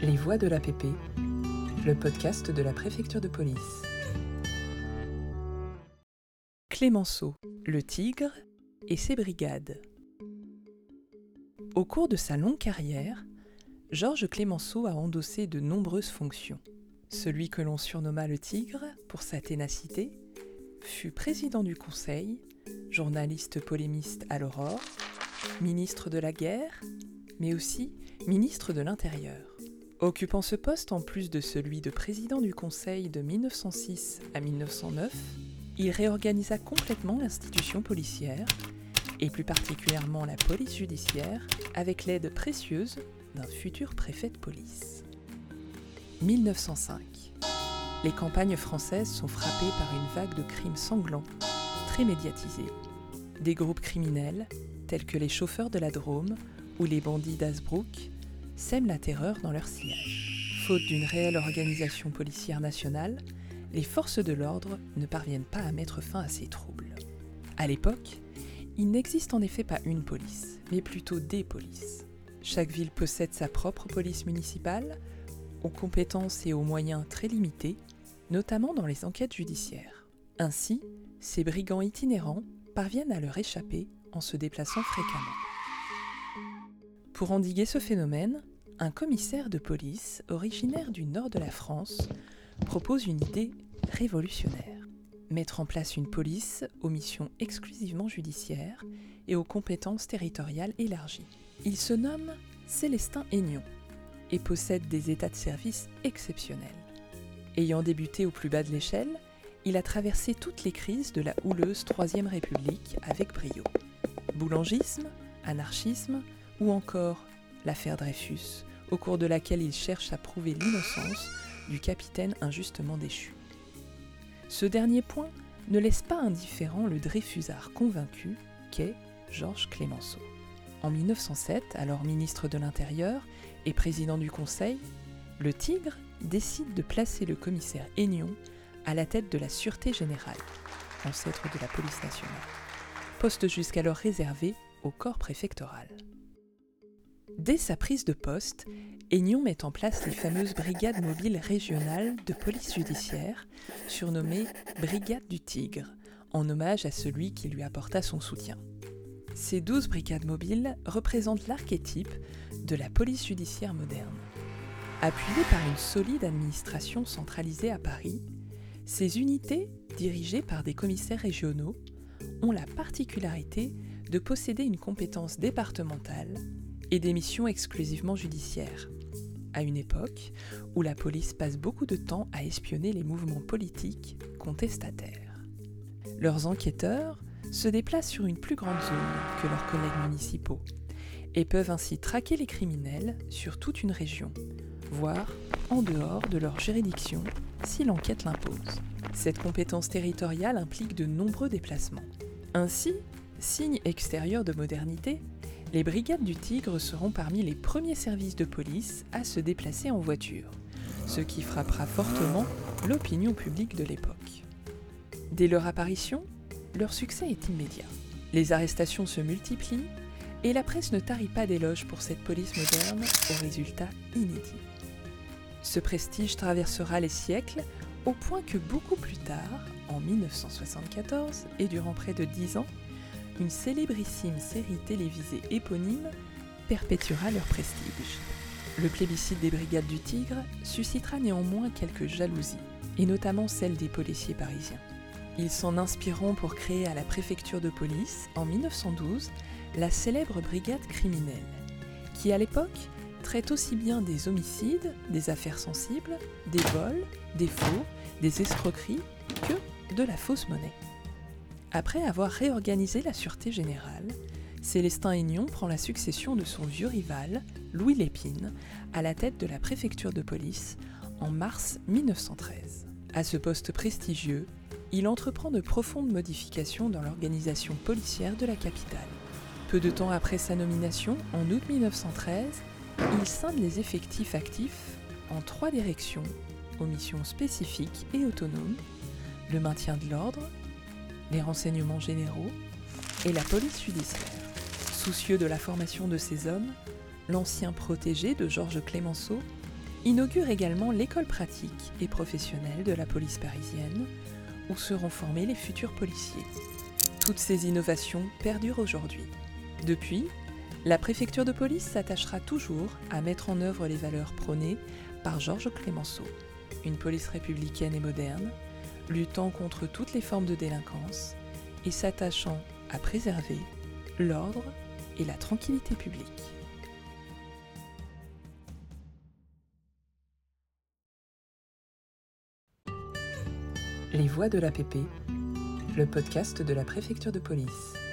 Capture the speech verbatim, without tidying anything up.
Les Voix de l'A P P, le podcast de la préfecture de police. Clémenceau, le Tigre et ses brigades. Au cours de sa longue carrière, Georges Clémenceau a endossé de nombreuses fonctions. Celui que l'on surnomma le Tigre pour sa ténacité fut président du Conseil, journaliste polémiste à l'Aurore, ministre de la Guerre, mais aussi ministre de l'Intérieur. Occupant ce poste en plus de celui de président du Conseil de mille neuf cent six à mille neuf cent neuf, il réorganisa complètement l'institution policière, et plus particulièrement la police judiciaire, avec l'aide précieuse d'un futur préfet de police. mille neuf cent cinq. Les campagnes françaises sont frappées par une vague de crimes sanglants, très médiatisés. Des groupes criminels, tels que les chauffeurs de la Drôme ou les bandits d'Hazebrouck, sèment la terreur dans leur sillage. Faute d'une réelle organisation policière nationale, les forces de l'ordre ne parviennent pas à mettre fin à ces troubles. À l'époque, il n'existe en effet pas une police, mais plutôt des polices. Chaque ville possède sa propre police municipale, aux compétences et aux moyens très limités, notamment dans les enquêtes judiciaires. Ainsi, ces brigands itinérants parviennent à leur échapper en se déplaçant fréquemment. Pour endiguer ce phénomène, un commissaire de police, originaire du nord de la France, propose une idée révolutionnaire. Mettre en place une police aux missions exclusivement judiciaires et aux compétences territoriales élargies. Il se nomme Célestin Hennion et possède des états de service exceptionnels. Ayant débuté au plus bas de l'échelle, il a traversé toutes les crises de la houleuse Troisième République avec brio. Boulangisme, anarchisme ou encore l'affaire Dreyfus, au cours de laquelle il cherche à prouver l'innocence du capitaine injustement déchu. Ce dernier point ne laisse pas indifférent le Dreyfusard convaincu qu'est Georges Clémenceau. En mille neuf cent sept, alors ministre de l'Intérieur et président du Conseil, le Tigre décide de placer le commissaire Hennion à la tête de la Sûreté Générale, ancêtre de la police nationale, poste jusqu'alors réservé au corps préfectoral. Dès sa prise de poste, Hennion met en place les fameuses brigades mobiles régionales de police judiciaire, surnommées Brigades du Tigre, en hommage à celui qui lui apporta son soutien. Ces douze brigades mobiles représentent l'archétype de la police judiciaire moderne. Appuyées par une solide administration centralisée à Paris, ces unités, dirigées par des commissaires régionaux, ont la particularité de posséder une compétence départementale et des missions exclusivement judiciaires, à une époque où la police passe beaucoup de temps à espionner les mouvements politiques contestataires. Leurs enquêteurs se déplacent sur une plus grande zone que leurs collègues municipaux et peuvent ainsi traquer les criminels sur toute une région, voire en dehors de leur juridiction si l'enquête l'impose. Cette compétence territoriale implique de nombreux déplacements. Ainsi, signe extérieur de modernité, les brigades du Tigre seront parmi les premiers services de police à se déplacer en voiture, ce qui frappera fortement l'opinion publique de l'époque. Dès leur apparition, leur succès est immédiat. Les arrestations se multiplient et la presse ne tarit pas d'éloges pour cette police moderne aux résultats inédits. Ce prestige traversera les siècles au point que beaucoup plus tard, en mille neuf cent soixante-quatorze et durant près de dix ans, une célébrissime série télévisée éponyme perpétuera leur prestige. Le plébiscite des brigades du Tigre suscitera néanmoins quelques jalousies, et notamment celle des policiers parisiens. Ils s'en inspireront pour créer à la préfecture de police, en mille neuf cent douze, la célèbre brigade criminelle, qui à l'époque traite aussi bien des homicides, des affaires sensibles, des vols, des faux, des escroqueries que de la fausse monnaie. Après avoir réorganisé la Sûreté Générale, Célestin Hennion prend la succession de son vieux rival, Louis Lépine, à la tête de la préfecture de police en mars mille neuf cent treize. À ce poste prestigieux, il entreprend de profondes modifications dans l'organisation policière de la capitale. Peu de temps après sa nomination, en août mille neuf cent treize, il scinde les effectifs actifs en trois directions aux missions spécifiques et autonomes, le maintien de l'ordre, les renseignements généraux et la police judiciaire. Soucieux de la formation de ces hommes, l'ancien protégé de Georges Clémenceau inaugure également l'école pratique et professionnelle de la police parisienne, où seront formés les futurs policiers. Toutes ces innovations perdurent aujourd'hui. Depuis, la préfecture de police s'attachera toujours à mettre en œuvre les valeurs prônées par Georges Clemenceau, une police républicaine et moderne, luttant contre toutes les formes de délinquance et s'attachant à préserver l'ordre et la tranquillité publique. Les Voix de l'A P P, le podcast de la préfecture de police.